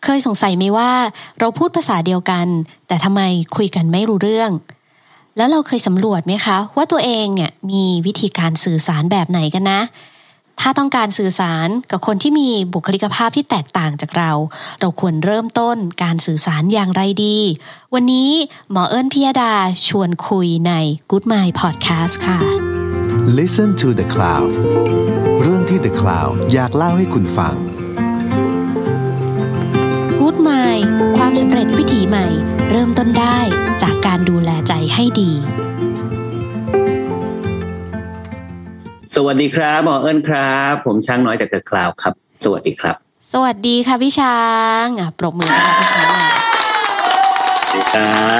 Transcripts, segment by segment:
ยสงสัยไหมว่าเราพูดภาษาเดียวกันแต่ทำไมคุยกันไม่รู้เรื่องแล้วเราเคยสำรวจไหมคะว่าตัวเองเนี่ยมีวิธีการสื่อสารแบบไหนกันนะถ้าต้องการสื่อสารกับคนที่มีบุคลิกภาพที่แตกต่างจากเราควรเริ่มต้นการสื่อสารอย่างไรดีวันนี้หมอเอิญพิยดาชวนคุยใน Good Mind Podcast ค่ะ Listen to the Cloud เรื่องที่ The Cloud อยากเล่าให้คุณฟัง Good Mind ความสำเร็จวิถีใหม่เริ่มต้นได้จากการดูแลใจให้ดีสวัสดีครับหมอเอิญครับผมช้างน้อยจาก The Cloud ครับสวัสดีครับสวัสดีค่ะพี่ช้างปรบมือค่ะพี่ช้างสวัสดีครับ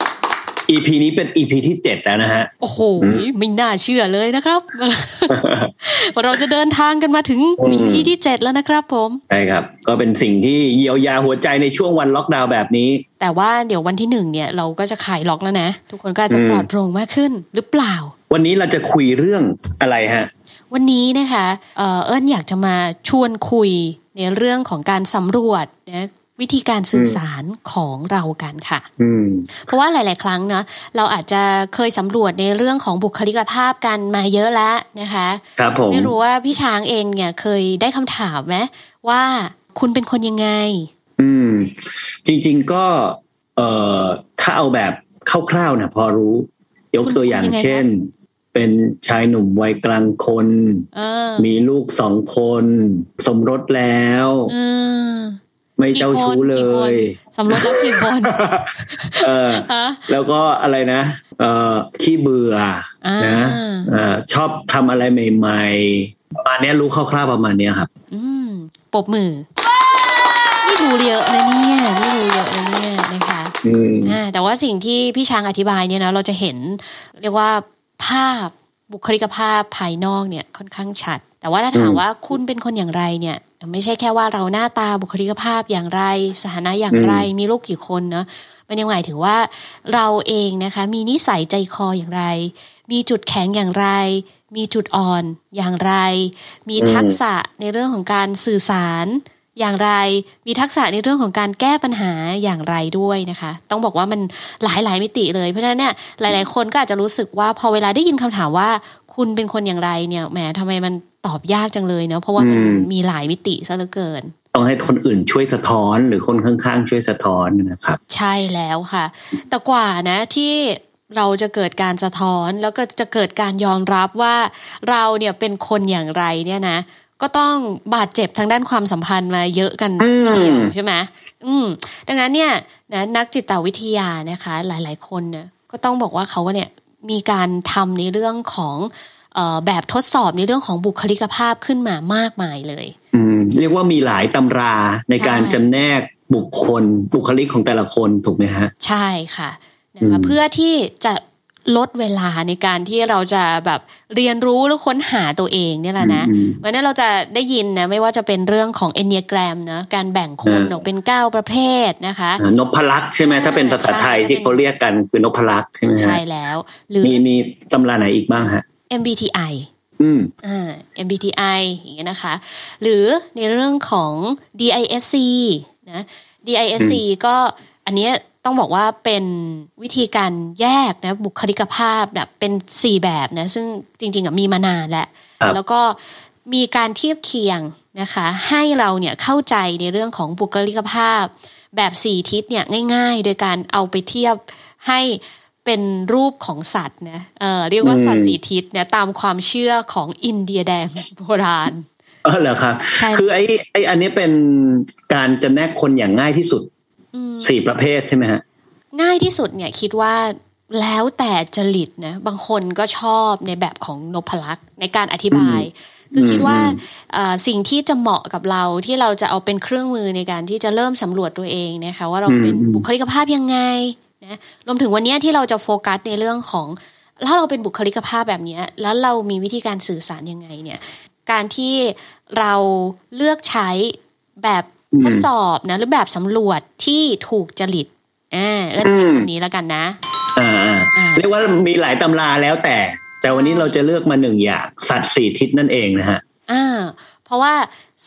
EP นี้เป็น EP ที่7แล้วนะฮะโอ้โหไม่น่าเชื่อเลยนะครับเราจะเดินทางกันมาถึง EP ที่7แล้วนะครับผมใช่ครับก็เป็นสิ่งที่เยียวยาหัวใจในช่วงวันล็อกดาวน์แบบนี้แต่ว่าเดี๋ยววันที่1เนี่ยเราก็จะคลายล็อกแล้วนะทุกคนก็จะปลอดโปร่งมากขึ้นหรือเปล่าวันนี้เราจะคุยเรื่องอะไรฮะวันนี้นะคะเอิญอยากจะมาชวนคุยในเรื่องของการสำรวจนะวิธีการสื่อสารของเรากันค่ะเพราะว่าหลายๆครั้งนะเราอาจจะเคยสำรวจในเรื่องของบุคลิกภาพกันมาเยอะแล้วนะคะครับผมไม่รู้ว่าพี่ช้างเองเนี่ยเคยได้คำถามไหมว่าคุณเป็นคนยังไงจริงๆก็ถ้าเอาแบบคร่าวๆนะพอรู้ยกตัวอย่างเช่นเป็นชายหนุ่มวัยกลางคนมีลูก2คนสมรสแล้วไม่เจ้าชู้เลยสมรสแล้วกี่คนแล้วก็อะไรนะขี้เบื่อนะชอบทำอะไรใหม่ๆประมาณนี้รู้คร่าวๆประมาณนี้ครับปรบมือนี่รู้เยอะนะเนี่ยนี่รู้เยอะนะเนี่ยนะคะแต่ว่าสิ่งที่พี่ช้างอธิบายเนี่ยนะเราจะเห็นเรียกว่าภาพบุคลิกภาพภายนอกเนี่ยค่อนข้างชัดแต่ว่าถ้าถามว่าคุณเป็นคนอย่างไรเนี่ยไม่ใช่แค่ว่าเราหน้าตาบุคลิกภาพอย่างไรสถานะอย่างไรมีลูกกี่คนเนาะมันยังหมายถึงว่าเราเองนะคะมีนิสัยใจคออย่างไรมีจุดแข็งอย่างไรมีจุดอ่อนอย่างไรมีทักษะในเรื่องของการสื่อสารอย่างไรมีทักษะในเรื่องของการแก้ปัญหาอย่างไรด้วยนะคะต้องบอกว่ามันหลายมิติเลยเพราะฉะนั้นเนี่ยหลายๆคนก็อาจจะรู้สึกว่าพอเวลาได้ยินคำถามว่าคุณเป็นคนอย่างไรเนี่ยแหมทำไมมันตอบยากจังเลยเนาะเพราะว่ามันมีหลายมิติซะเหลือเกินต้องให้คนอื่นช่วยสะท้อนหรือคนข้างๆช่วยสะท้อนนะครับใช่แล้วค่ะแต่กว่านะที่เราจะเกิดการสะท้อนแล้วก็จะเกิดการยอมรับว่าเราเนี่ยเป็นคนอย่างไรเนี่ยนะก็ต้องบาดเจ็บทางด้านความสัมพันธ์มาเยอะกันทีเดียวใช่ไหมดังนั้นเนี่ยนะนักจิตวิทยานะคะหลายๆคนเนี่ยก็ต้องบอกว่าเขาเนี่ยมีการทำในเรื่องของแบบทดสอบในเรื่องของบุคลิกภาพขึ้นมามากมายเลยเรียกว่ามีหลายตำราในการจำแนกบุคคลบุคลิกของแต่ละคนถูกไหมฮะใช่ค่ะนะคะเพื่อที่จะลดเวลาในการที่เราจะแบบเรียนรู้หรือค้นหาตัวเองเนี่ยแหละนะวันนี้เราจะได้ยินนะไม่ว่าจะเป็นเรื่องของ Enneagram นะการแบ่งคนออกเป็น9ประเภทนะคะนพลักษณ์ใช่ไหมถ้าเป็นภาษาไทยที่เขาเรียกกันคือนพลักษณ์ใช่ไหมใช่แล้วหรือมีตำราไหนอีกบ้างฮะ MBTI MBTI อย่างเงี้ยนะคะหรือในเรื่องของ DISC นะ DISC ก็อันเนี้ยต้องบอกว่าเป็นวิธีการแยกนะบุคลิกภาพแบบเป็น4แบบนะซึ่งจริงๆมีมานานแล้วแล้วก็มีการเทียบเคียงนะคะให้เราเนี่ยเข้าใจในเรื่องของบุคลิกภาพแบบ4ทิศเนี่ยง่ายๆโดยการเอาไปเทียบให้เป็นรูปของสัตว์นะเรียกว่าสัตว์4ทิศเนี่ยตามความเชื่อของอินเดียแดงโบราณเหรอครับคือไอ้อันนี้เป็นการจำแนกคนอย่างง่ายที่สุด4ประเภทใช่ไหมฮะง่ายที่สุดเนี่ยคิดว่าแล้วแต่จริตนะบางคนก็ชอบในแบบของนพลักษณ์ในการอธิบายคือคิดว่าสิ่งที่จะเหมาะกับเราที่เราจะเอาเป็นเครื่องมือในการที่จะเริ่มสำรวจตัวเองนะคะว่าเราเป็นบุคลิกภาพยังไงนะรวมถึงวันนี้ที่เราจะโฟกัสในเรื่องของถ้าเราเป็นบุคลิกภาพแบบนี้แล้วเรามีวิธีการสื่อสารยังไงเนี่ยการที่เราเลือกใช้แบบทดสอบนะหรือแบบสำรวจที่ถูกจริตก็ใช้คำนี้แล้วกันนะเรียกว่ามีหลายตำราแล้วแต่วันนี้เราจะเลือกมา1อย่างสัตว์4ทิศนั่นเองนะฮะเพราะว่า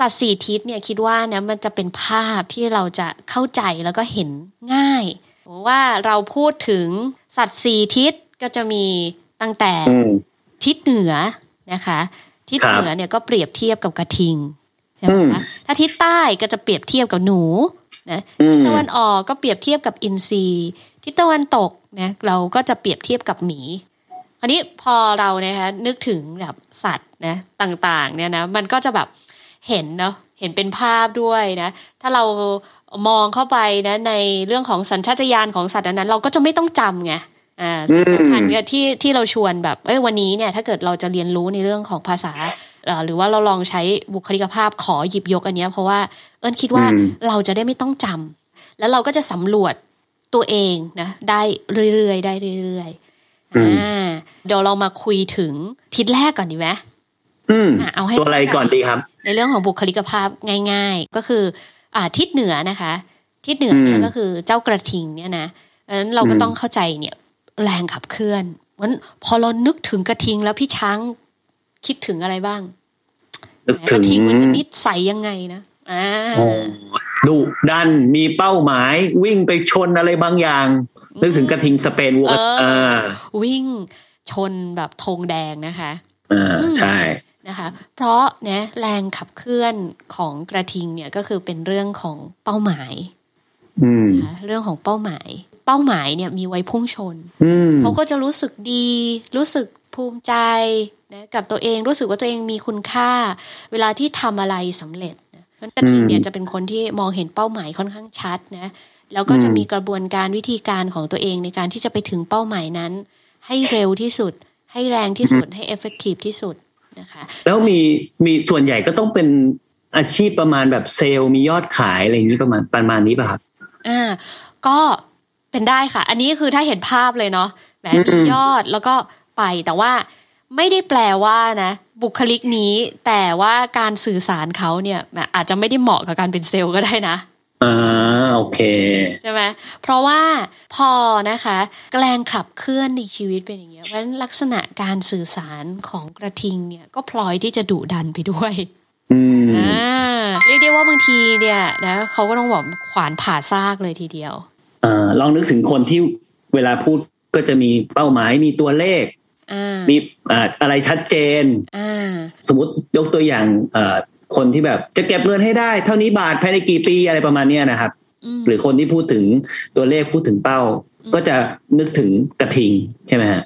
สัตว์4ทิศเนี่ยคิดว่านะมันจะเป็นภาพที่เราจะเข้าใจแล้วก็เห็นง่ายว่าเราพูดถึงสัตว์4ทิศก็จะมีตั้งแต่ทิศเหนือนะคะทิศเหนือเนี่ยก็เปรียบเทียบกับกระทิงใช่ไหมคะถ้าทิศใต้ก็จะเปรียบเทียบกับหนูนะทิศตะวันออกก็เปรียบเทียบกับอินทรีทิศตะวันตกนะเราก็จะเปรียบเทียบกับหมีคราวนี้พอเรานะคะนึกถึงแบบสัตว์นะต่างๆเนี่ยนะมันก็จะแบบเห็นเนาะเห็นเป็นภาพด้วยนะถ้าเรามองเข้าไปนะในเรื่องของสัญชาตญาณของสัตว์นั้นเราก็จะไม่ต้องจำไงสิ่งสำคัญเนี่ยที่เราชวนแบบวันนี้เนี่ยถ้าเกิดเราจะเรียนรู้ในเรื่องของภาษาหรือว่าเราลองใช้บุคลิกภาพขอหยิบยกอันนี้เพราะว่าคิดว่าเราจะได้ไม่ต้องจำแล้วเราก็จะสำรวจตัวเองนะได้เรื่อยๆได้เรื่อยๆเดี๋ยวเรามาคุยถึงทิศแรกก่อนดีไหมเอาให้ตัวอะไรก่อนดีครับในเรื่องของบุคลิกภาพง่ายๆก็คือทิศเหนือนะคะทิศเหนือเนี่ยก็คือเจ้ากระทิงเนี่ยนะนั้นเราก็ต้องเข้าใจเนี่ยแรงขับเคลื่อนวันพอเรานึกถึงกระทิงแล้วพี่ช้างคิดถึงอะไรบ้างกระทิงมันจะนิสัยยังไงนะดุดันมีเป้าหมายวิ่งไปชนอะไรบางอย่างนึกถึงกระทิงสเปนวัววิ่งชนแบบธงแดงนะคะใช่นะคะเพราะเนี่ยแรงขับเคลื่อนของกระทิงเนี่ยก็คือเป็นเรื่องของเป้าหมายนะคะเรื่องของเป้าหมายเนี่ยมีไว้พุ่งชนเขาก็จะรู้สึกดีรู้สึกภูมิใจนะกับตัวเองรู้สึกว่าตัวเองมีคุณค่าเวลาที่ทำอะไรสำเร็จนะเพราะกระทิงเนี่ยจะเป็นคนที่มองเห็นเป้าหมายค่อนข้างชัดนะแล้วก็จะมีกระบวนการวิธีการของตัวเองในการที่จะไปถึงเป้าหมายนั้นให้เร็วที่สุดให้แรงที่สุดให้ effective ที่สุดนะคะแล้วมีส่วนใหญ่ก็ต้องเป็นอาชีพประมาณแบบเซลล์มียอดขายอะไรอย่างนี้ประมาณนี้ป่ะครับก็เป็นได้ค่ะอันนี้คือถ้าเห็นภาพเลยเนาะแบบมียอดแล้วก็ไปแต่ว่าไม่ได้แปลว่านะบุคลิกนี้แต่ว่าการสื่อสารเขาเนี่ยอาจจะไม่ได้เหมาะกับการเป็นเซลล์ก็ได้นะโอเคใช่ไหมเพราะว่าพอนะคะแรงขับเคลื่อนในชีวิตเป็นอย่างเงี้ยเพราะฉะนั้นลักษณะการสื่อสารของกระทิงเนี่ยก็พลอยที่จะดุดันไปด้วยเรียกได้ว่าบางทีเนี่ยนะเขาก็ต้องบอกขวานผ่าซากเลยทีเดียวลองนึกถึงคนที่เวลาพูดก็จะมีเป้าหมายมีตัวเลขมีอะไรชัดเจนสมมติยกตัวอย่างคนที่แบบจะเก็บเงินให้ได้เท่านี้บาทภายในกี่ปีอะไรประมาณนี้นะครับหรือคนที่พูดถึงตัวเลขพูดถึงเป้าก็จะนึกถึงกระทิงใช่ไหมฮะ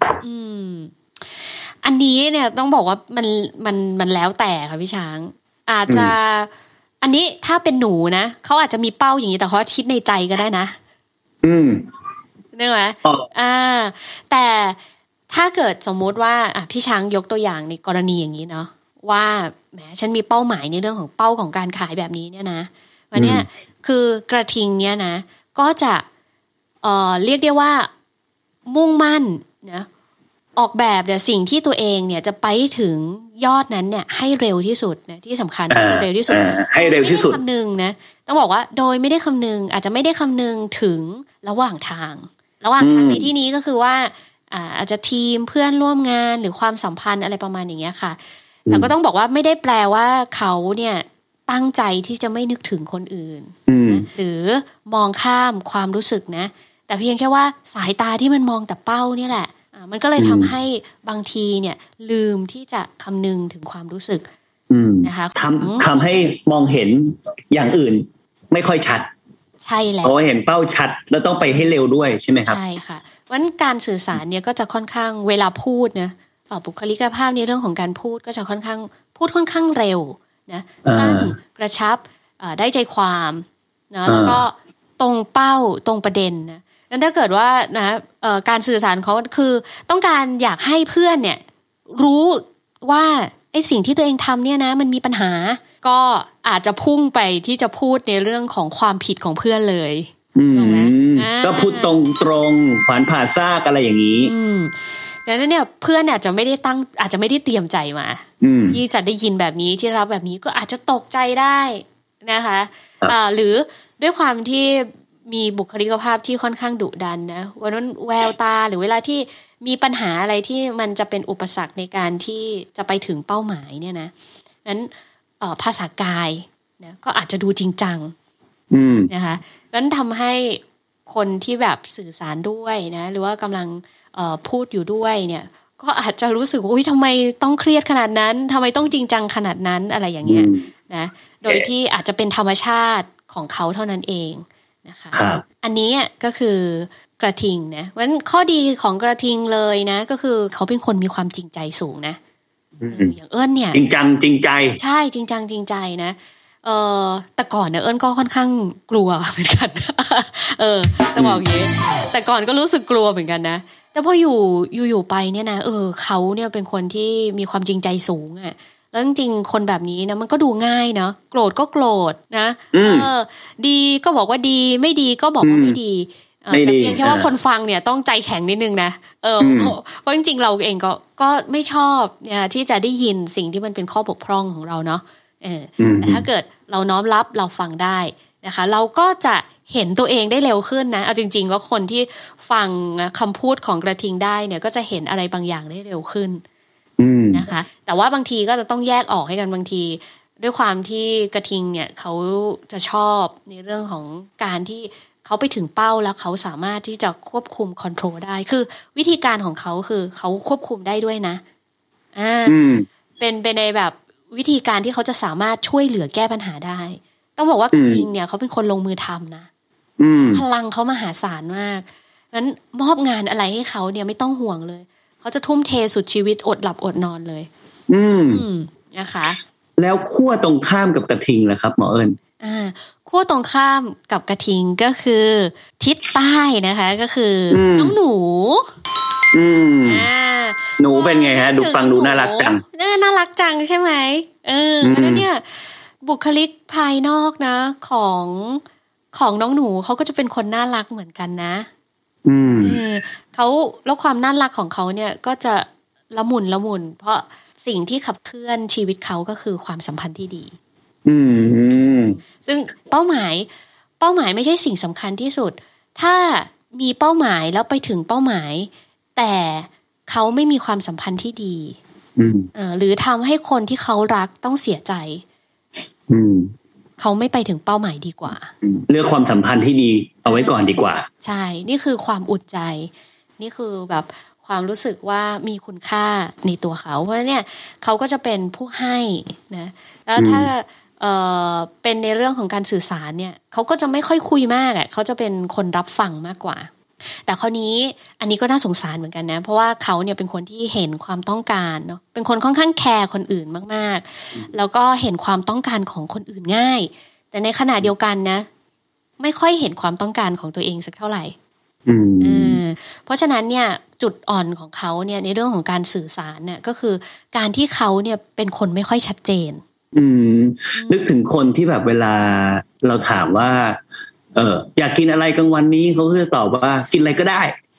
อันนี้เนี่ยต้องบอกว่ามันแล้วแต่ค่ะพี่ช้างอาจจะอันนี้ถ้าเป็นหนูนะเขาอาจจะมีเป้าอย่างนี้แต่เขาคิดในใจก็ได้นะนึกไหมแต่ถ้าเกิดสมมุติว่าพี่ช้างยกตัวอย่างในกรณีอย่างนี้เนาะว่าแหมฉันมีเป้าหมายในเรื่องของเป้าของการขายแบบนี้เนี่ยนะวันนี้คือกระทิงเนี่ยนะก็จะเรียกได้ว่ามุ่งมั่นนะออกแบบแต่สิ่งที่ตัวเองเนี่ยจะไปถึงยอดนั้นเนี่ยให้เร็วที่สุดนะที่สำคัญเร็วที่สุดให้เร็วที่สุดคำนึงนะต้องบอกว่าโดยไม่ได้คำนึงอาจจะไม่ได้คำนึงถึงระหว่างทางในที่นี้ก็คือว่าอาจจะทีมเพื่อนร่วมงานหรือความสัมพันธ์อะไรประมาณอย่างเงี้ยค่ะแต่ก็ต้องบอกว่าไม่ได้แปลว่าเขาเนี่ยตั้งใจที่จะไม่นึกถึงคนอื่นนะหรือมองข้ามความรู้สึกนะแต่เพียงแค่ว่าสายตาที่มันมองแต่เป้าเนี่ยแหละมันก็เลยทำให้บางทีเนี่ยลืมที่จะคำนึงถึงความรู้สึกนะคะทำให้มองเห็นอย่างอื่นไม่ค่อยชัดใช่แล้วเพราะเห็นเป้าชัดแล้วต้องไปให้เร็วด้วยใช่ไหมครับใช่ค่ะเพราะฉะนั้นการสื่อสารเนี่ยก็จะค่อนข้างเวลาพูดนะบุคลิกภาพในเรื่องของการพูดก็จะค่อนข้างเร็วนะสั้นกระชับได้ใจความนะแล้วก็ตรงเป้าตรงประเด็นนะงั้นถ้าเกิดว่านะการสื่อสารเขาคือต้องการอยากให้เพื่อนเนี่ยรู้ว่าไอ้สิ่งที่ตัวเองทำเนี่ยนะมันมีปัญหาก็อาจจะพุ่งไปที่จะพูดในเรื่องของความผิดของเพื่อนเลยถูกไหมก็พูดตรงขวานผ่าซากอะไรอย่างนี้ดังนั้นเนี่ยเพื่อนอาจจะไม่ได้เตรียมใจมาที่จะได้ยินแบบนี้ที่รับแบบนี้ก็อาจจะตกใจได้นะคะหรือด้วยความที่มีบุคลิกภาพที่ค่อนข้างดุดันนะวันนั้นแววตาหรือเวลาที่มีปัญหาอะไรที่มันจะเป็นอุปสรรคในการที่จะไปถึงเป้าหมายเนี่ยนะนั้นภาษากายนะก็อาจจะดูจริงจังนะคะงั้นทำให้คนที่แบบสื่อสารด้วยนะหรือว่ากำลังพูดอยู่ด้วยเนี่ยก็อาจจะรู้สึกว่าอุ๊ยทำไมต้องเครียดขนาดนั้นทำไมต้องจริงจังขนาดนั้นอะไรอย่างเงี้ยนะโดยที่อาจจะเป็นธรรมชาติของเขาเท่านั้นเองนะคะอันนี้ก็คือกระทิงนะเพราะฉะนั้นข้อดีของกระทิงเลยนะก็คือเขาเป็นคนมีความจริงใจสูงนะอย่างเอิ้นเนี่ยจริงจังจริงใจใช่จริงจังจริงใจนะแต่ก่อนเนี่ยเอิ้นก็ค่อนข้างกลัวเหมือนกันจะบอกอย่างนี้แต่ก่อนก็รู้สึกกลัวเหมือนกันนะแต่พออยู่ไปเนี่ยนะเขาเนี่ยเป็นคนที่มีความจริงใจสูงอ่ะแล้วจริงๆคนแบบนี้นะมันก็ดูง่ายเนาะโกรธก็โกรธนะดีก็บอกว่าดีไม่ดีก็บอกว่าไม่ดีแต่เพียงแค่ว่าคนฟังเนี่ยต้องใจแข็งนิดนึงนะเพราะจริงๆเราเองก็ไม่ชอบเนี่ยที่จะได้ยินสิ่งที่มันเป็นข้อบกพร่องของเราเนาะแต่ถ้าเกิดเราน้อมรับเราฟังได้นะคะเราก็จะเห็นตัวเองได้เร็วขึ้นนะเอาจริงๆก็คนที่ฟังคำพูดของกระทิงได้เนี่ยก็จะเห็นอะไรบางอย่างได้เร็วขึ้นนะคะแต่ว่าบางทีก็จะต้องแยกออกให้กันบางทีด้วยความที่กระทิงเนี่ยเขาจะชอบในเรื่องของการที่เขาไปถึงเป้าแล้วเขาสามารถที่จะควบคุมคอนโทรลได้คือวิธีการของเขาคือเขาควบคุมได้ด้วยนะเป็นในแบบวิธีการที่เขาจะสามารถช่วยเหลือแก้ปัญหาได้ต้องบอกว่ากระทิงเนี่ยเขาเป็นคนลงมือทำนะพลังเขามหาศาลมากงั้นมอบงานอะไรให้เขาเนี่ยไม่ต้องห่วงเลยเขาจะทุ่มเทสุดชีวิตอดหลับอดนอนเลยนะคะแล้วขั้วตรงข้ามกับกระทิงล่ะครับหมอเอิญขั้วตรงข้ามกับกระทิงก็คือทิศใต้นะคะก็คือน้องหนูหนูเป็นไงฮะดูฟังดูน่ารักจังน่ารักจังใช่ไหมเพราะนั้นเนี่ยบุคลิกภายนอกนะของน้องหนูเขาก็จะเป็นคนน่ารักเหมือนกันนะเขาแล้วความน่ารักของเขาเนี่ยก็จะละมุนเพราะสิ่งที่ขับเคลื่อนชีวิตเขาก็คือความสัมพันธ์ที่ดีซึ่งเป้าหมายไม่ใช่สิ่งสำคัญที่สุดถ้ามีเป้าหมายแล้วไปถึงเป้าหมายแต่เขาไม่มีความสัมพันธ์ที่ดีหรือทำให้คนที่เขารักต้องเสียใจเขาไม่ไปถึงเป้าหมายดีกว่าเลือกความสัมพันธ์ที่ดีเอาไว้ก่อนดีกว่าใช่นี่คือความอุ่นใจนี่คือแบบความรู้สึกว่ามีคุณค่าในตัวเขาเพราะฉะนั้นเนี่ยเขาก็จะเป็นผู้ให้นะแล้วถ้าเป็นในเรื่องของการสื่อสารเนี่ยเขาก็จะไม่ค่อยคุยมากเขาจะเป็นคนรับฟังมากกว่าแต่คราวนี้อันนี้ก็น่าสงสารเหมือนกันนะเพราะว่าเขาเนี่ยเป็นคนที่เห็นความต้องการเนาะเป็นคนค่อนข้างแคร์คนอื่นมากๆแล้วก็เห็นความต้องการของคนอื่นง่ายแต่ในขณะเดียวกันนะไม่ค่อยเห็นความต้องการของตัวเองสักเท่าไหร่เพราะฉะนั้นเนี่ยจุดอ่อนของเขาเนี่ยในเรื่องของการสื่อสารเนี่ยก็คือการที่เขาเนี่ยเป็นคนไม่ค่อยชัดเจนนึกถึงคนที่แบบเวลาเราถามว่าอยากกินอะไรกลางวันนี้เขาก็จะตอบว่ากินอะไรก็ได้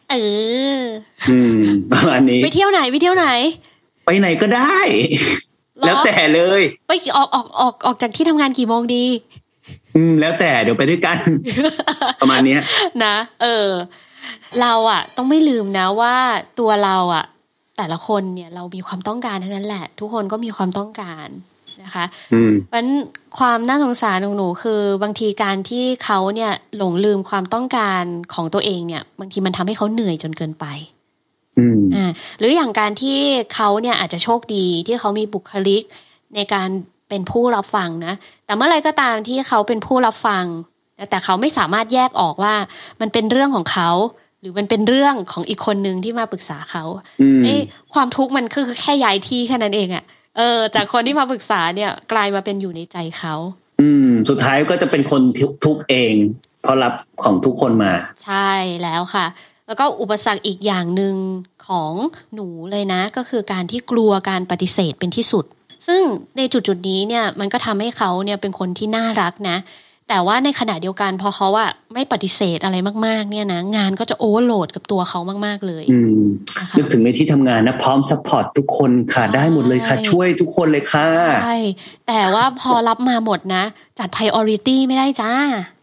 ประมาณนี้ไปเที่ยวไหนไปไหนก็ได้แล้วแต่เลยไปออกจากที่ทำงานกี่โมงดีแล้วแต่เดี๋ยวไปด้วยกัน ประมาณนี้นะเราต้องไม่ลืมนะว่าตัวเราแต่ละคนเนี่ยเรามีความต้องการทั้งนั้นแหละทุกคนก็มีความต้องการนะคะเพราะฉะนั้นความน่าสงสารของหนูคือบางทีการที่เขาเนี่ยหลงลืมความต้องการของตัวเองเนี่ยบางทีมันทำให้เขาเหนื่อยจนเกินไปหรืออย่างการที่เขาเนี่ยอาจจะโชคดีที่เขามีบุคลิกในการเป็นผู้รับฟังนะแต่เมื่อไรก็ตามที่เขาเป็นผู้รับฟังแต่เขาไม่สามารถแยกออกว่ามันเป็นเรื่องของเขาหรือมันเป็นเรื่องของอีกคนนึงที่มาปรึกษาเขาความทุกข์มันคือแค่ย้ายที่แค่นั้นเองจากคนที่มาปรึกษาเนี่ยกลายมาเป็นอยู่ในใจเขาสุดท้ายก็จะเป็นคนทุกข์เองเพราะรับของทุกคนมาใช่แล้วค่ะแล้วก็อุปสรรคอีกอย่างนึงของหนูเลยนะก็คือการที่กลัวการปฏิเสธเป็นที่สุดซึ่งในจุดนี้เนี่ยมันก็ทำให้เขาเนี่ยเป็นคนที่น่ารักนะแต่ว่าในขณะเดียวกันพอเขาไม่ปฏิเสธอะไรมากๆเนี่ยนะงานก็จะโอเวอร์โหลดกับตัวเขามากๆเลยนึกถึงในที่ทำงานนะพร้อมซัพพอร์ตทุกคนค่ะได้หมดเลยค่ะช่วยทุกคนเลยค่ะใช่แต่ว่าพอรับมาหมดนะจัด priority ไม่ได้จ้า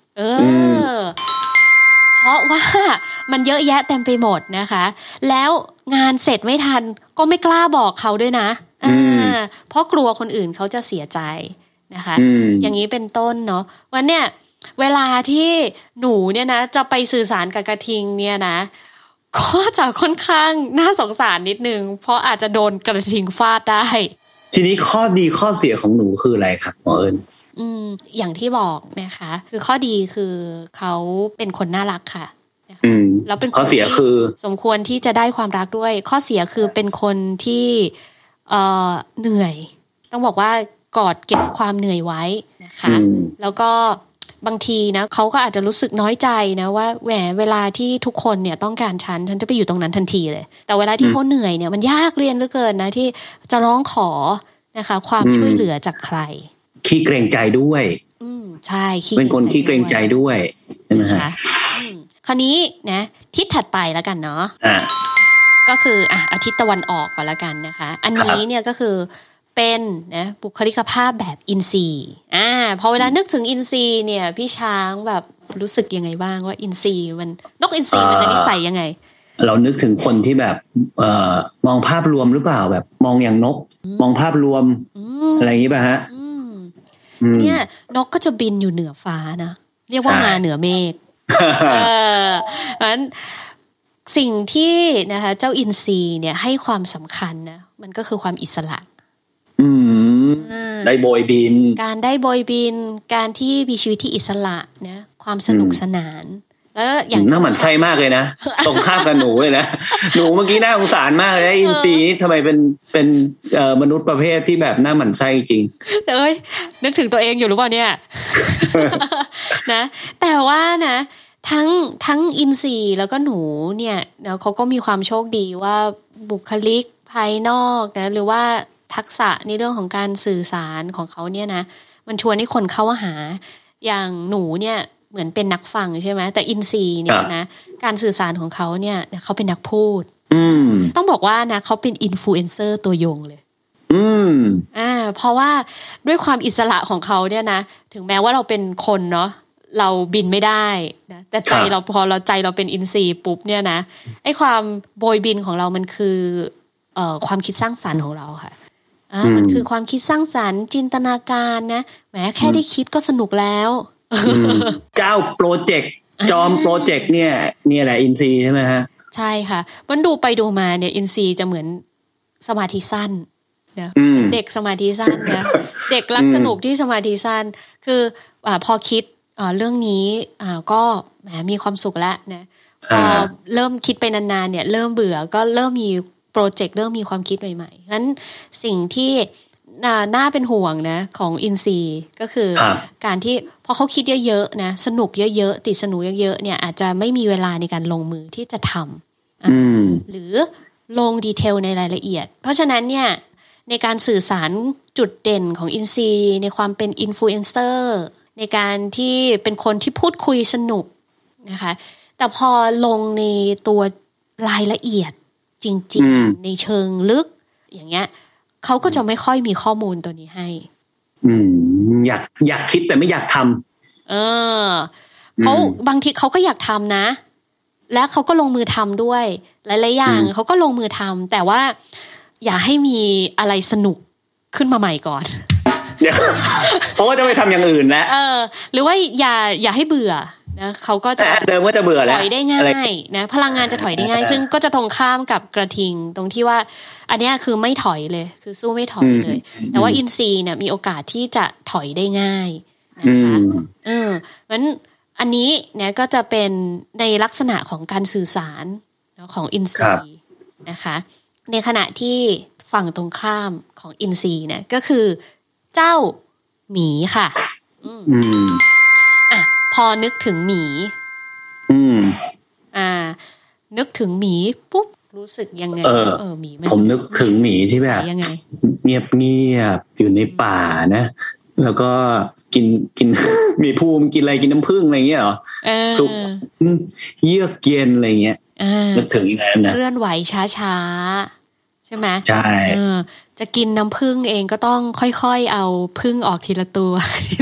เพราะว่ามันเยอะแยะเต็มไปหมดนะคะแล้วงานเสร็จไม่ทันก็ไม่กล้าบอกเขาด้วยนะเพราะกลัวคนอื่นเขาจะเสียใจนะคะอย่างนี้เป็นต้นเนาะวันเนี่ยเวลาที่หนูเนี่ยนะจะไปสื่อสารกับกระทิงเนี่ยนะก็จะค่อนข้างน่าสงสารนิดนึงเพราะอาจจะโดนกระทิงฟาดได้ทีนี้ข้อดีข้อเสียของหนูคืออะไรครับหมอเอิญอย่างที่บอกนะคะคือข้อดีคือเขาเป็นคนน่ารักค่ะแล้วเป็นข้อเสียคือสมควรที่จะได้ความรักด้วยข้อเสียคือเป็นคนที่เหนื่อยต้องบอกว่ากอดเก็บความเหนื่อยไว้นะคะแล้วก็บางทีนะเขาก็อาจจะรู้สึกน้อยใจนะว่าแหมเวลาที่ทุกคนเนี่ยต้องการฉันจะไปอยู่ตรงนั้นทันทีเลยแต่เวลาที่เขาเหนื่อยเนี่ยมันยากเรียนเหลือเกินนะที่จะร้องขอนะคะความช่วยเหลือจากใครขี้เกรงใจด้วยใช่เป็นคนขี้เกรงใจด้วยใช่ไหมคะคราวนี้นะทิศถัดไปแล้วกันเนาะก็คืออาทิตย์ตะวันออกก่อนแล้วกันนะคะอันนี้เนี่ยก็คือเป็นนะบุคลิกภาพแบบอินทรีย์พอเวลานึกถึงอินทรีย์เนี่ยพี่ช้างแบบรู้สึกยังไงบ้างว่าอินทรีย์มันนกอินทรีย์มันจะนิสัยยังไงเรานึกถึงคนที่แบบมองภาพรวมหรือเปล่าแบบมองอย่างนกมองภาพรวมอะไรอย่างนี้ป่ะฮะเนี่ยนกก็จะบินอยู่เหนือฟ้านะเรียกว่ามาเหนือเมฆงั้นสิ่งที่นะคะเจ้าอินทรีย์เนี่ยให้ความสำคัญนะมันก็คือความอิสระได้โบยบินการได้โบยบินการที่มีชีวิตที่อิสระนะความสนุกสนานแล้วอย่างน่าหมั่นไส้มากเลยนะตรงข้ามกับหนูเลยนะหนูเมื่อกี้น่าสงสารมากเลยอินทรีย์ทำไมเป็นมนุษย์ประเภทที่แบบน่าหมั่นไส้จริงแต่นึกถึงตัวเองอยู่หรือเปล่าเนี่ยนะแต่ว่านะทั้งอินทรีย์แล้วก็หนูเนี่ยเขาก็มีความโชคดีว่าบุคลิกภายนอกนะหรือว่าทักษะในเรื่องของการสื่อสารของเขาเนี่ยนะมันชวนให้คนเข้าหาอย่างหนูเนี่ยเหมือนเป็นนักฟังใช่ไหมแต่อินทรีย์เนี่ยนะการสื่อสารของเขาเนี่ยเขาเป็นนักพูดต้องบอกว่านะเขาเป็นอินฟลูเอนเซอร์ตัวยงเลยเพราะว่าด้วยความอิสระของเขาเนี่ยนะถึงแม้ว่าเราเป็นคนเนาะเราบินไม่ได้นะแต่ใจเราพอเราใจเราเป็นอินทรีย์ปุ๊บเนี่ยนะไอ้ความโบยบินของเรามันคือความคิดสร้างสรรค์ของเราค่ะมันคือความคิดสร้างสรรค์จินตนาการนะแหมแค่ได้คิดก็สนุกแล้วเจ้าโปรเจกต์จอมโปรเจกต์เนี่ยแหละอินซีใช่ไหมฮะใช่ค่ะมันดูไปดูมาเนี่ยอินซีจะเหมือนสมาธิสั้นนะเด็กสมาธิสั้นนะเด็กรักสนุกที่สมาธิสั้นคือพอคิดเรื่องนี้ก็แหมมีความสุขแล้วนะพอเริ่มคิดไปนานๆเนี่ยเริ่มเบื่อก็เริ่มมีโปรเจกต์เริ่มมีความคิดใหม่ๆงั้นสิ่งที่น่าเป็นห่วงนะของอินซีก็คือการที่พอเขาคิดเยอะๆนะสนุกเยอะๆติดสนุกเยอะๆเนี่ยอาจจะไม่มีเวลาในการลงมือที่จะทำหรือลงดีเทลในรายละเอียดเพราะฉะนั้นเนี่ยในการสื่อสารจุดเด่นของอินซีในความเป็นอินฟลูเอนเซอร์ในการที่เป็นคนที่พูดคุยสนุกนะคะแต่พอลงในตัวรายละเอียดจริงๆในเชิงลึกอย่างเงี้ยเขาก็จะไม่ค่อยมีข้อมูลตัวนี้ให้อยากคิดแต่ไม่อยากทำเขาบางทีเขาก็อยากทำนะและเขาก็ลงมือทำด้วยหลายๆอย่างเขาก็ลงมือทำแต่ว่าอย่าให้มีอะไรสนุกขึ้นมาใหม่ก่อนเพราะว่าจะไปทำอย่างอื่นแล้วหรือว่าอย่าให้เบื่อนะเขาก็จะเดิมว่าจะเบื่อแล้วถอยได้ง่ายนะพลังงานจะถอยได้ง่ายซึ่งก็จะตรงข้ามกับกระทิงตรงที่ว่าอันนี้คือไม่ถอยเลยคือสู้ไม่ถอยเลยแต่ว่าอินทรีย์เนี่ยมีโอกาสที่จะถอยได้ง่ายนะคะงั้นอันนี้เนี่ยก็จะเป็นในลักษณะของการสื่อสารของอินทรีย์นะคะในขณะที่ฝั่งตรงข้ามของอินทรีย์เนี่ยก็คือเจ้าหมีค่ะพอนึกถึงหมีนึกถึงหมีปุ๊บรู้สึกยังไงหมีผมนึกถึงหมีที่แบบเงียบอยู่ในป่านะแล้วก็กินมีภูมิกินอะไรกินน้ำผึ้งอะไรเงี้ยเหรอสุกเยือกเย็นอะไรเงี้ยนึกถึงอย่างนั้นนะเคลื่อนไหวช้าๆใช่ไหมใช่จะกินน้ำผึ้งเองก็ต้องค่อยๆเอาผึ้งออกทีละตัว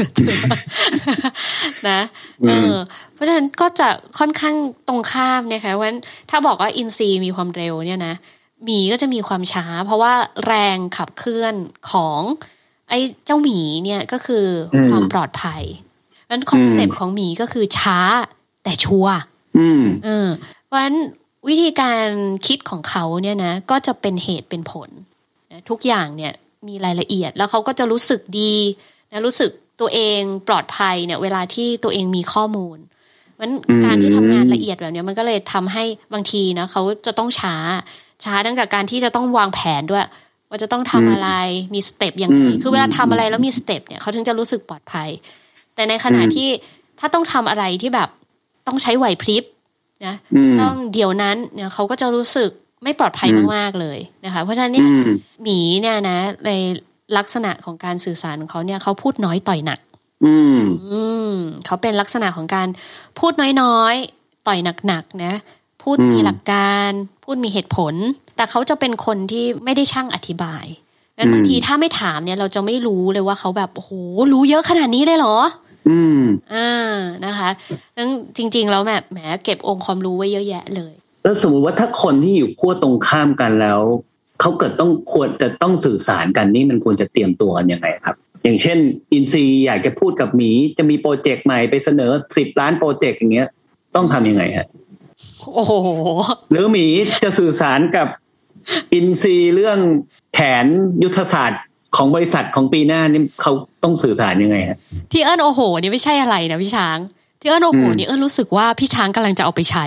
นะเพราะฉะนั้นก็จะค่อนข้างตรงข้ามนะคะเพราะฉะนั้นถ้าบอกว่าอินทรีย์มีความเร็วเนี่ยนะหมีก็จะมีความช้าเพราะว่าแรงขับเคลื่อนของไอ้เจ้าหมีเนี่ยก็คือความปลอดภัยงั้นคอนเซ็ปต์ของหมีก็คือช้าแต่ชัวร์เพราะฉะนั้นวิธีการคิดของเขาเนี่ยนะก็จะเป็นเหตุเป็นผลนะทุกอย่างเนี่ยมีรายละเอียดแล้วเขาก็จะรู้สึกดีนะรู้สึกตัวเองปลอดภัยเนี่ยเวลาที่ตัวเองมีข้อมูลมันการที่ทำงานละเอียดแบบนี้มันก็เลยทำให้บางทีนะเขาจะต้องช้าตั้งแต่การที่จะต้องวางแผนด้วยว่าจะต้องทำอะไรมีสเต็ปยังไงคือเวลาทำอะไรแล้วมีสเต็ปเนี่ยเขาถึงจะรู้สึกปลอดภัยแต่ในขณะที่ถ้าต้องทำอะไรที่แบบต้องใช้ไหวพริบนะต้องเดี๋ยวนั้นเนี่ยเขาก็จะรู้สึกไม่ปลอดภัยมากๆเลยนะคะเพราะฉะนั้นเนี่ยหมีเนี่ยนะในลักษณะของการสื่อสารของเขาเนี่ยเขาพูดน้อยต่อยหนักเขาเป็นลักษณะของการพูดน้อยๆต่อยหนักๆนะพูดมีหลักการพูดมีเหตุผลแต่เขาจะเป็นคนที่ไม่ได้ช่างอธิบายงั้นบางทีถ้าไม่ถามเนี่ยเราจะไม่รู้เลยว่าเขาแบบโอ้โหรู้เยอะขนาดนี้เลยเหรอนะคะงั้นจริงๆแล้วแหมเก็บองค์ความรู้ไว้เยอะแยะเลยแล้วสมมติว่าถ้าคนที่อยู่ขั้วตรงข้ามกันแล้วเขาเกิดควรจะต้องสื่อสารกันนี่มันควรจะเตรียมตัวกันยังไงครับอย่างเช่นอินซีอยากจะพูดกับหมีจะมีโปรเจกต์ใหม่ไปเสนอ10 ล้านโปรเจกต์อย่างเงี้ยต้องทำยังไงฮะโอ้โหหรือหมีจะสื่อสารกับอินซีเรื่องแผนยุทธศาสตร์ของบริษัทของปีหน้านี่เขาต้องสื่อสารยังไงฮะที่เอิ้นโอ้โหนี่ไม่ใช่อะไรนะพี่ช้างที่เอิ้นโอ้โหนี่เอิ้นรู้สึกว่าพี่ช้างกำลังจะเอาไปใช้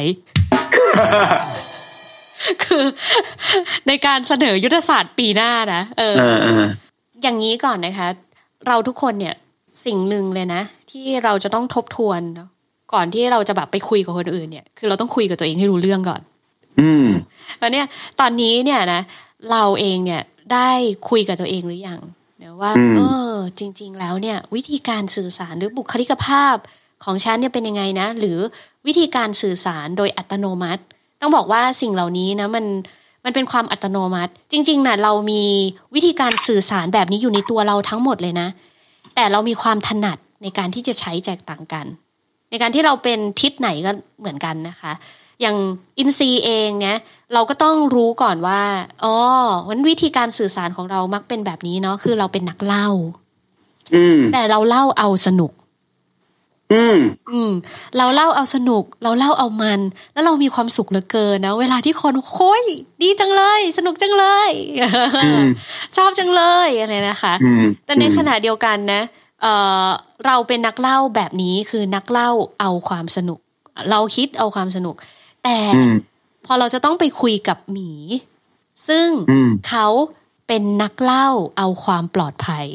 คือในการเสนอยุทธศาสตร์ปีหน้านะอย่างนี้ก่อนนะคะเราทุกคนเนี่ยสิ่งหนึ่งเลยนะที่เราจะต้องทบทวนเนาะก่อนที่เราจะแบบไปคุยกับคนอื่นเนี่ยคือเราต้องคุยกับตัวเองให้รู้เรื่องก่อนแล้วเนี่ยตอนนี้เนี่ยนะเราเองเนี่ยได้คุยกับตัวเองหรือยังเนี่ยว่าจริงๆแล้วเนี่ยวิธีการสื่อสารหรือบุคลิกภาพของฉันเนี่ยเป็นยังไงนะหรือวิธีการสื่อสารโดยอัตโนมัติต้องบอกว่าสิ่งเหล่านี้นะมันเป็นความอัตโนมัติจริงๆนะเรามีวิธีการสื่อสารแบบนี้อยู่ในตัวเราทั้งหมดเลยนะแต่เรามีความถนัดในการที่จะใช้แตกต่างกันในการที่เราเป็นทิศไหนก็เหมือนกันนะคะอย่างอินซีเองเนี่ยเราก็ต้องรู้ก่อนว่าวันวิธีการสื่อสารของเรามักเป็นแบบนี้เนาะคือเราเป็นนักเล่าแต่เราเล่าเอาสนุกเราเล่าเอาสนุกเราเล่าเอามันแล้วเรามีความสุขเหลือเกินนะเวลาที่คนโค้ยดีจังเลยสนุกจังเลยชอบจังเลยอะไรนะคะแต่ในขณะเดียวกันนะเราเป็นนักเล่าแบบนี้คือนักเล่าเอาความสนุกเราคิดเอาความสนุกแต่พอเราจะต้องไปคุยกับหมีซึ่งเขาเป็นนักเล่าเอาความปลอดภัย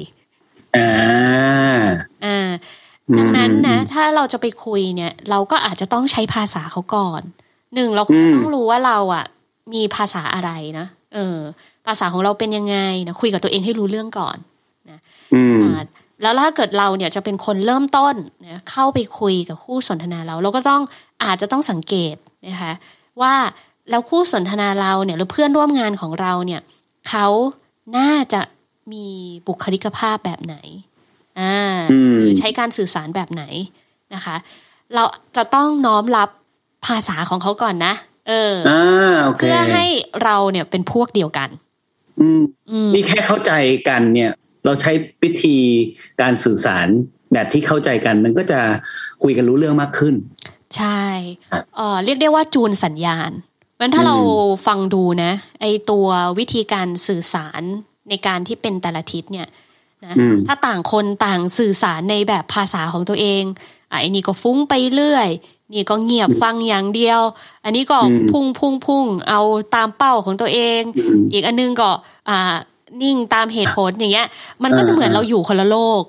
ดังนั้นนะถ้าเราจะไปคุยเนี่ยเราก็อาจจะต้องใช้ภาษาเขาก่อนหนึ่งเราคงต้องรู้ว่าเราอ่ะมีภาษาอะไรนะภาษาของเราเป็นยังไงนะคุยกับตัวเองให้รู้เรื่องก่อนนะแล้วถ้าเกิดเราเนี่ยจะเป็นคนเริ่มต้นนะเข้าไปคุยกับคู่สนทนาเราก็อาจจะต้องสังเกตนะคะว่าแล้วคู่สนทนาเราเนี่ยหรือเพื่อนร่วมงานของเราเนี่ยเขาน่าจะมีบุคลิกภาพแบบไหนหรือใช้การสื่อสารแบบไหนนะคะเราจะต้องน้อมรับภาษาของเขาก่อนนะเพื่อให้เราเนี่ยเป็นพวกเดียวกันนี่แค่เข้าใจกันเนี่ยเราใช้วิธีการสื่อสารแบบที่เข้าใจกันมันก็จะคุยกันรู้เรื่องมากขึ้นใช่เรียกได้ว่าจูนสัญญาณเพราะถ้าเราฟังดูนะไอตัววิธีการสื่อสารในการที่เป็นแต่ละทิศเนี่ยนะถ้าต่างคนต่างสื่อสารในแบบภาษาของตัวเองไอ้นี่ก็ฟุ้งไปเรื่อยนี่ก็เงียบฟังอย่างเดียวอันนี้ก็พุ่งเอาตามเป้าของตัวเองอีกอันนึงก็นิ่งตามเหตุผลอย่างเงี้ยมันก็จะเหมือนเราอยู่คนละโลก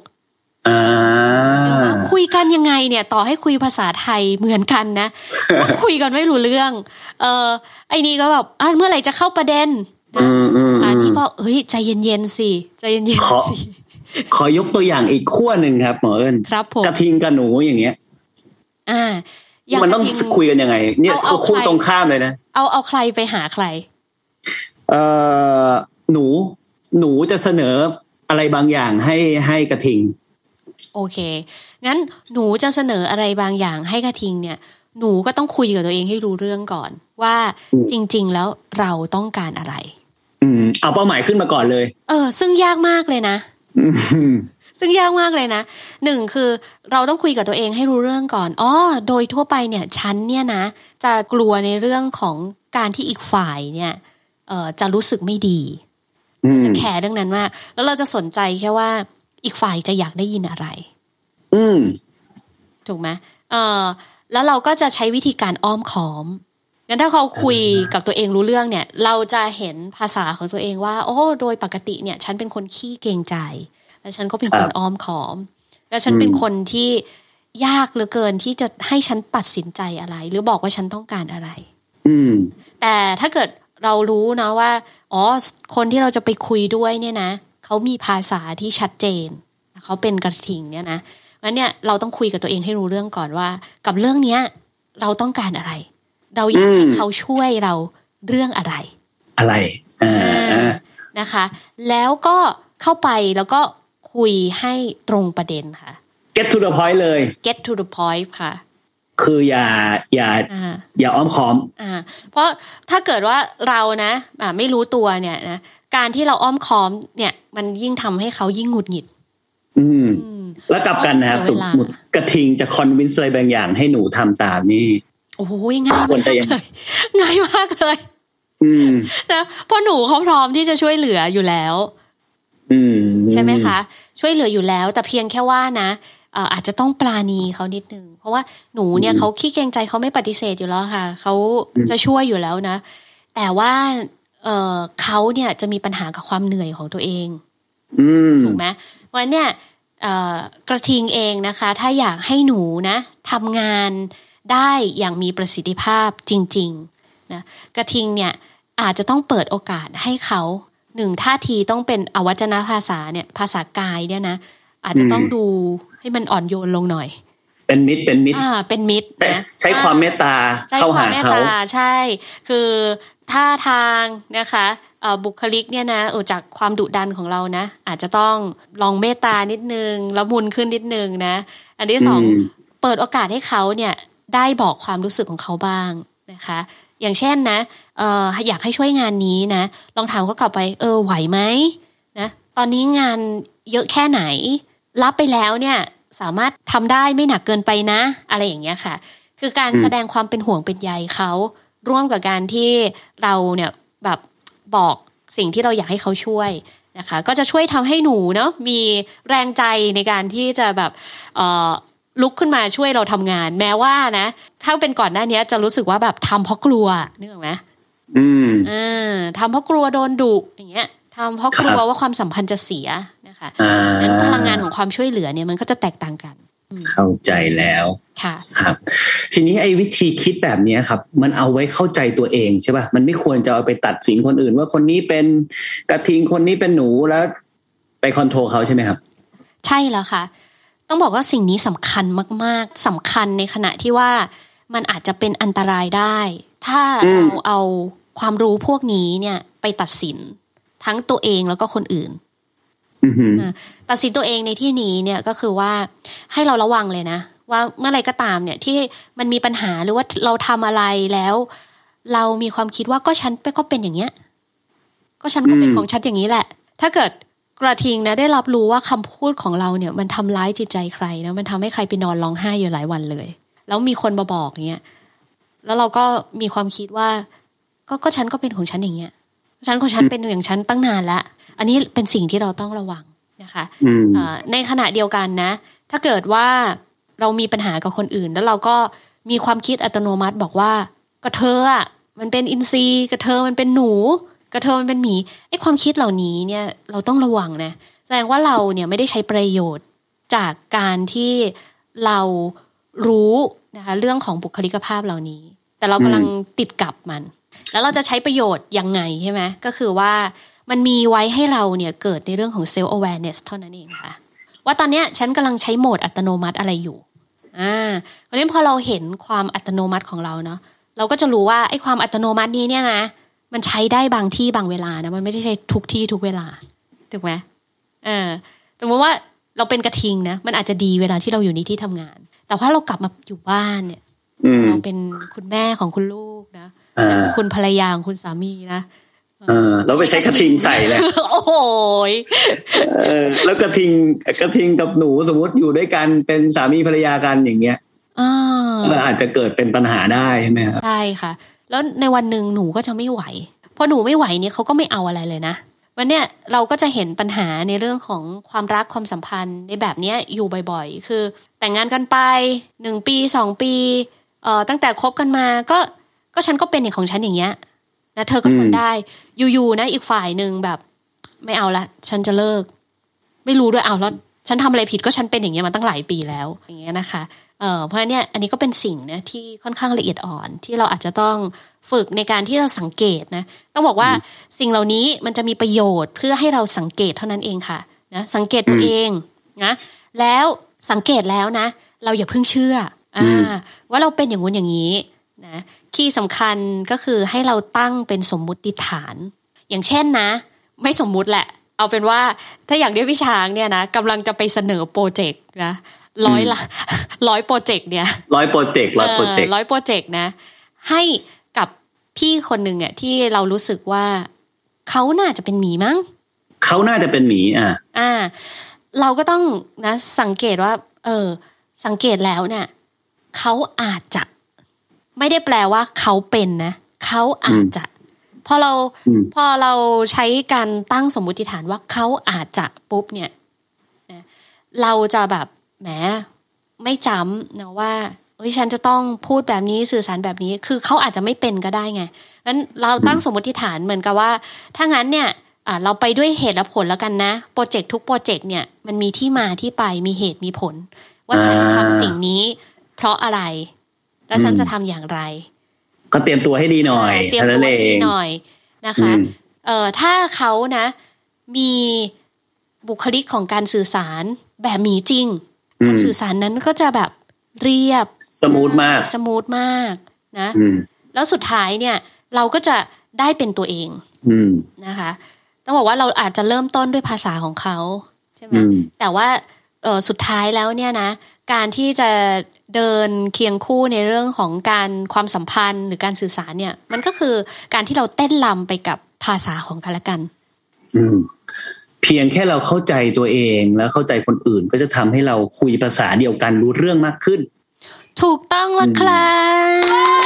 คุยกันยังไงเนี่ยต่อให้คุยภาษาไทยเหมือนกันนะก็คุยกันไม่รู้เรื่องไอ้นี่ก็แบบเมื่อไหร่จะเข้าประเด็นนี่ก็เฮ้ยใจเย็นๆสิใจเย็นๆสิขอยกตัวอย่างอีกขั้วหนึ่งครับหมอเอิญกระทิงกับหนูอย่างเงี้ยมันต้องคุยกันยังไงเนี่ยคู่ตรงข้ามเลยนะเอาใครไปหาใครหนูจะเสนออะไรบางอย่างให้กระทิงโอเคงั้นหนูจะเสนออะไรบางอย่างให้กระทิงเนี่ยหนูก็ต้องคุยกับตัวเองให้รู้เรื่องก่อนว่าจริงๆแล้วเราต้องการอะไรเอาเป้าหมายขึ้นมาก่อนเลยซึ่งยากมากเลยนะซึ่งยากมากเลยนะหนึ่งคือเราต้องคุยกับตัวเองให้รู้เรื่องก่อนโดยทั่วไปเนี่ยฉันเนี่ยนะจะกลัวในเรื่องของการที่อีกฝ่ายเนี่ยจะรู้สึกไม่ดีจะแคร์เรื่องนั้นมากแล้วเราจะสนใจแค่ว่าอีกฝ่ายจะอยากได้ยินอะไรถูกไหมแล้วเราก็จะใช้วิธีการอ้อมค้อมงั้นถ้าเขาคุยกับตัวเองรู้เรื่องเนี่ยเราจะเห็นภาษาของตัวเองว่าโดยปกติเนี่ยฉันเป็นคนขี้เกรงใจแล้วฉันก็เป็นคนอ้อมค้อมแล้วฉันเป็นคนที่ยากเหลือเกินที่จะให้ฉันตัดสินใจอะไรหรือบอกว่าฉันต้องการอะไรแต่ถ้าเกิดเรารู้นะว่าคนที่เราจะไปคุยด้วยเนี่ยนะเขามีภาษาที่ชัดเจนเขาเป็นกระทิงเนี่ยนะงั้นเนี่ยเราต้องคุยกับตัวเองให้รู้เรื่องก่อนว่ากับเรื่องเนี้ยเราต้องการอะไรเราอยากให้เขาช่วยเราเรื่องอะไรนะคะแล้วก็เข้าไปแล้วก็คุยให้ตรงประเด็นค่ะ get to the point เลย get to the point ค่ะคืออย่าอ้อมค้อมเพราะถ้าเกิดว่าเรานะไม่รู้ตัวเนี่ยนะการที่เราอ้อมค้อมเนี่ยมันยิ่งทำให้เขายิ่งหงุดหงิดแล้วกลับกันนะครับสมมติกระทิงจะคอนวินส์อะไรบางอย่างให้หนูทำตามนี่โอ้โหง่ายมากเลยง่ายมากเลยนะเพราะหนูเขาพร้อมที่จะช่วยเหลืออยู่แล้วใช่ไหมคะช่วยเหลืออยู่แล้วแต่เพียงแค่ว่านะอาจจะต้องปราณีเขานิดนึงเพราะว่าหนูเนี่ยเขาขี้เกรงใจเขาไม่ปฏิเสธอยู่แล้วค่ะเขาจะช่วยอยู่แล้วนะแต่ว่าเขาเนี่ยจะมีปัญหากับความเหนื่อยของตัวเองถูกไหมวันเนี่ยกระทิงเองนะคะถ้าอยากให้หนูนะทำงานได้อย่างมีประสิทธิภาพจริงๆนะกระทิงเนี่ยอาจจะต้องเปิดโอกาสให้เขาหนึ่งท่าทีต้องเป็นอวัจนภาษาเนี่ยภาษากายเนี่ยนะอาจจะต้องดูให้มันอ่อนโยนลงหน่อยเป็นมิตรเป็นมิตรนะใช้ความเมตตาเข้าหาเขาใช่คือท่าทางนะคะบุคลิกเนี่ยนะจากความดุดันของเรานะอาจจะต้องลองเมตตานิดนึงละมุนขึ้นนิดนึงนะอันที่สองเปิดโอกาสให้เขาเนี่ยได้บอกความรู้สึกของเขาบ้างนะคะอย่างเช่นนะอยากให้ช่วยงานนี้นะลองถามเขากลับไปไหวไหมนะตอนนี้งานเยอะแค่ไหนรับไปแล้วเนี่ยสามารถทำได้ไม่หนักเกินไปนะอะไรอย่างเงี้ยค่ะคือการแสดงความเป็นห่วงเป็นใยเขาร่วมกับการที่เราเนี่ยแบบบอกสิ่งที่เราอยากให้เขาช่วยนะคะก็จะช่วยทำให้หนูเนาะมีแรงใจในการที่จะแบบลุกขึ้นมาช่วยเราทำงานแม้ว่านะถ้าเป็นก่อนหน้านี้จะรู้สึกว่าแบบทำเพราะกลัวนึกออกไหมทำเพราะกลัวโดนดุอย่างเงี้ยทำเพราะกลัวว่าความสัมพันธ์จะเสียนะคะนั้นพลังงานของความช่วยเหลือเนี่ยมันก็จะแตกต่างกันเข้าใจแล้วค่ะครับทีนี้ไอ้วิธีคิดแบบนี้ครับมันเอาไว้เข้าใจตัวเองใช่ป่ะมันไม่ควรจะเอาไปตัดสินคนอื่นว่าคนนี้เป็นกระทิงคนนี้เป็นหนูแล้วไปคอนโทรลเขาใช่ไหมครับใช่แล้วค่ะต้องบอกว่าสิ่งนี้สำคัญมากๆสำคัญในขณะที่ว่ามันอาจจะเป็นอันตรายได้ถ้าเราเอาความรู้พวกนี้เนี่ยไปตัดสินทั้งตัวเองแล้วก็คนอื่นตัดสินตัวเองในที่นี้เนี่ยก็คือว่าให้เราระวังเลยนะว่าเมื่อไรก็ตามเนี่ยที่มันมีปัญหาหรือว่าเราทำอะไรแล้วเรามีความคิดว่าก็ฉันก็เป็นอย่างเงี้ยก็ฉันก็เป็นของฉันอย่างนี้แหละถ้าเกิดกระทิงนะได้รับรู้ว่าคำพูดของเราเนี่ยมันทำร้ายจิตใจใครนะมันทำให้ใครไปนอนร้องไห้อยู่หลายวันเลยแล้วมีคนมาบอกอย่างเงี้ยแล้วเราก็มีความคิดว่าก็ฉันก็เป็นของฉันอย่างเงี้ยฉันเป็นอย่างฉันตั้งนานแล้วอันนี้เป็นสิ่งที่เราต้องระวังนะคะในขณะเดียวกันนะถ้าเกิดว่าเรามีปัญหากับคนอื่นแล้วเราก็มีความคิดอัตโนมัติบอกว่ากระเทออ่ะมันเป็นอินทรีกระเทอมันเป็นหนูกระเทอมันเป็นหมีไอ้ความคิดเหล่านี้เนี่ยเราต้องระวังนะแสดงว่าเราเนี่ยไม่ได้ใช้ประโยชน์จากการที่เรารู้นะคะเรื่องของบุคลิกภาพเหล่านี้แต่เรากำลังติดกับมันแล้วเราจะใช้ประโยชน์ยังไงใช่ไหมก็คือว่ามันมีไว้ให้เราเนี่ยเกิดในเรื่องของ self awareness เท่านั้นเองค่ะว่าตอนเนี้ยฉันกำลังใช้โหมดอัตโนมัติอะไรอยู่เพราะฉะนั้นพอเราเห็นความอัตโนมัติของเราเนาะเราก็จะรู้ว่าไอ้ความอัตโนมัตินี้เนี่ยนะมันใช้ได้บางที่บางเวลานะมันไม่ได้ใช้ทุกที่ทุกเวลาถูกไหมสมมติว่าเราเป็นกระทิงนะมันอาจจะดีเวลาที่เราอยู่ในที่ทำงานแต่ว่าเรากลับมาอยู่บ้านเนี่ยเราเป็นคุณแม่ของคุณลูกนะคุณภรรยาของคุณสามีนะแล้วไปใช้กระทิงใส่เลยโอ้โหแล้วกระทิงกับหนูสมมติอยู่ด้วยกันเป็นสามีภรรยากันอย่างเงี้ยอาจจะเกิดเป็นปัญหาได้ใช่ไหมครับใช่ค่ะแล้วในวันหนึ่งหนูก็จะไม่ไหวพอหนูไม่ไหวเนี่ยเขาก็ไม่เอาอะไรเลยนะวันเนี้ยเราก็จะเห็นปัญหาในเรื่องของความรักความสัมพันธ์ในแบบนี้อยู่บ่อยๆคือแต่งงานกันไป1 ปี 2 ปีตั้งแต่คบกันมาก็ฉันก็เป็นอย่างของฉันอย่างเงี้ยนะเธอก็ทนได้อยู่ๆนะอีกฝ่ายนึงแบบไม่เอาละฉันจะเลิกไม่รู้ด้วยเอาแล้วฉันทำอะไรผิดก็ฉันเป็นอย่างเงี้ยมาตั้งหลายปีแล้วอย่างเงี้ยนะคะเพราะเนี่ยอันนี้ก็เป็นสิ่งนะที่ค่อนข้างละเอียดอ่อนที่เราอาจจะต้องฝึกในการที่เราสังเกตนะต้องบอกว่าสิ่งเหล่านี้มันจะมีประโยชน์เพื่อให้เราสังเกตเท่านั้นเองค่ะนะสังเกตตัวเองนะแล้วสังเกตแล้วนะเราอย่าเพิ่งเชื่อว่าเราเป็นอย่างงู้นอย่างนี้นะที่สำคัญก็คือให้เราตั้งเป็นสมมุติฐานอย่างเช่นนะไม่สมมุติแหละเอาเป็นว่าถ้าอย่างที่พี่ช้างเนี่ยนะกำลังจะไปเสนอโปรเจกต์นะ100 โปรเจกต์เนี่ย 100 โปรเจกต์100 โปรเจกต์นะให้กับพี่คนหนึ่งเนี่ยที่เรารู้สึกว่าเขาน่าจะเป็นหมีมั้งเขาน่าจะเป็นหมีเราก็ต้องนะสังเกตว่าสังเกตแล้วเนี่ยเขาอาจจะไม่ได้แปลว่าเขาเป็นนะเขาอาจจะพอเราใช้การตั้งสมมุติฐานว่าเขาอาจจะปุ๊บเนี่ยนะเราจะแบบแหมไม่จำนะว่าฉันจะต้องพูดแบบนี้สื่อสารแบบนี้คือเขาอาจจะไม่เป็นก็ได้ไงงั้นเราตั้งสมมุติฐานเหมือนกับว่าถ้างั้นเนี่ยเราไปด้วยเหตุและผลแล้วกันนะโปรเจกต์ทุกโปรเจกต์เนี่ยมันมีที่มาที่ไปมีเหตุมีผลว่าฉันทำสิ่งนี้เพราะอะไรแล้วฉันจะทำอย่างไรก็เตรียมตัวให้ดีหน่อยเตรียมตัวให้ดีหน่อยนะคะถ้าเขานะมีบุคลิกของการสื่อสารแบบมีจริงการสื่อสารนั้นก็จะแบบเรียบสมูทมากนะแล้วสุดท้ายเนี่ยเราก็จะได้เป็นตัวเองนะคะต้องบอกว่าเราอาจจะเริ่มต้นด้วยภาษาของเขาใช่ไหมแต่ว่าสุดท้ายแล้วเนี่ยนะการที่จะเดินเคียงคู่ในเรื่องของการความสัมพันธ์หรือการสื่อสารเนี่ยมันก็คือการที่เราเต้นรำไปกับภาษาของกันและกันเพียงแค่เราเข้าใจตัวเองแล้วเข้าใจคนอื่นก็จะทำให้เราคุยภาษาเดียวกันรู้เรื่องมากขึ้นถูกต้องแล้วครับ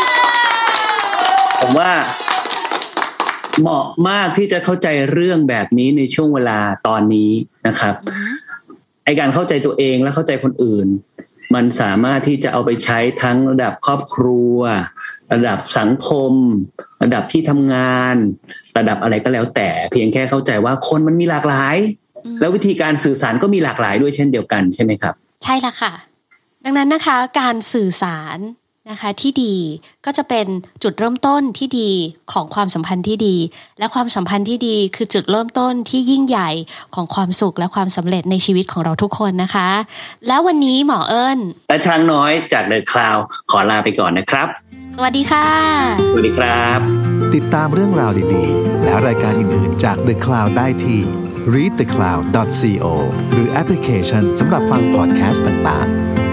ผมว่าเหมาะมากที่จะเข้าใจเรื่องแบบนี้ในช่วงเวลาตอนนี้นะครับไอ้การเข้าใจตัวเองและเข้าใจคนอื่นมันสามารถที่จะเอาไปใช้ทั้งระดับครอบครัวระดับสังคมระดับที่ทำงานระดับอะไรก็แล้วแต่เพียงแค่เข้าใจว่าคนมันมีหลากหลายแล้ววิธีการสื่อสารก็มีหลากหลายด้วยเช่นเดียวกันใช่ไหมครับใช่ละค่ะดังนั้นนะคะการสื่อสารนะคะที่ดีก็จะเป็นจุดเริ่มต้นที่ดีของความสัมพันธ์ที่ดีและความสัมพันธ์ที่ดีคือจุดเริ่มต้นที่ยิ่งใหญ่ของความสุขและความสำเร็จในชีวิตของเราทุกคนนะคะแล้ววันนี้หมอเอิญและช้างน้อยจาก The Cloud ขอลาไปก่อนนะครับสวัสดีค่ะสวัสดีครับติดตามเรื่องราวดีๆและรายการอื่นๆจาก The Cloud ได้ที่ readthecloud.co หรือแอปพลิเคชันสำหรับฟังพอดแคสต์ต่างๆ